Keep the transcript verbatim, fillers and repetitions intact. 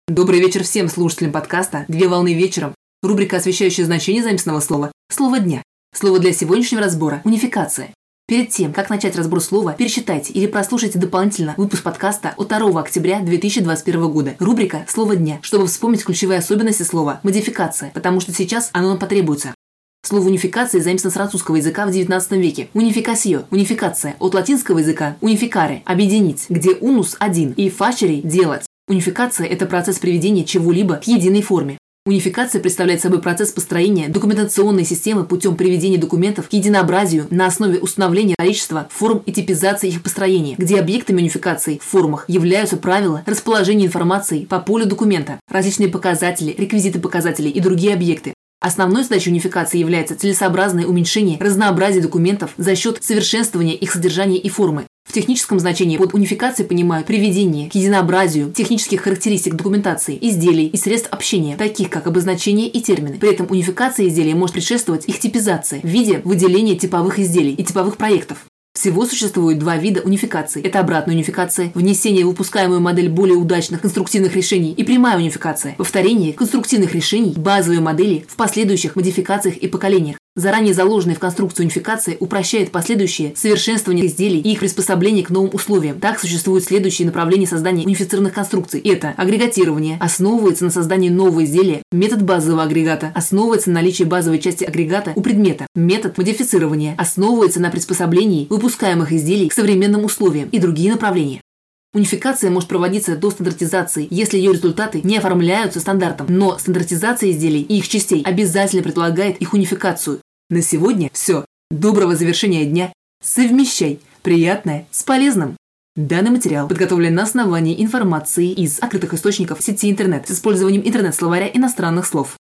Добрый вечер всем слушателям подкаста «Две волны вечером». Рубрика, освещающая значение заместного слова «Слово дня». Слово для сегодняшнего разбора – унификация. Перед тем, как начать разбор слова, перечитайте или прослушайте дополнительно выпуск подкаста от второго октября две тысячи двадцать первого года. Рубрика «Слово дня», чтобы вспомнить ключевые особенности слова «модификация», потому что сейчас оно нам потребуется. Слово «унификация» заимствовано с французского языка в девятнадцатом веке. «Унификасио» – унификация, от латинского языка «унификаре» – объединить, где «унус» – один и «фачери» – делать. Унификация – это процесс приведения чего-либо к единой форме. Унификация представляет собой процесс построения документационной системы путем приведения документов к единообразию на основе установления количества форм и типизации их построения, где объектами унификации в формах являются правила расположения информации по полю документа, различные показатели, реквизиты показателей и другие объекты. Основной задачей унификации является целесообразное уменьшение разнообразия документов за счет совершенствования их содержания и формы. В техническом значении под унификацией понимают приведение к единообразию технических характеристик документации, изделий и средств общения, таких как обозначения и термины. При этом унификация изделий может предшествовать их типизации в виде выделения типовых изделий и типовых проектов. Всего существует два вида унификации. Это обратная унификация, внесение в выпускаемую модель более удачных конструктивных решений, и прямая унификация, повторение конструктивных решений базовой модели в последующих модификациях и поколениях. Заранее заложенная в конструкцию унификация упрощает последующее совершенствование изделий и их приспособление к новым условиям. Так существуют следующие направления создания унифицированных конструкций. Это агрегатирование, основывается на создании нового изделия, метод базового агрегата, основывается на наличии базовой части агрегата у предмета, метод модифицирования, основывается на приспособлении выпускаемых изделий к современным условиям и другие направления. Унификация может проводиться до стандартизации, если ее результаты не оформляются стандартом, но стандартизация изделий и их частей обязательно предполагает их унификацию. На сегодня все. Доброго завершения дня. Совмещай приятное с полезным. Данный материал подготовлен на основании информации из открытых источников сети интернет с использованием интернет-словаря иностранных слов.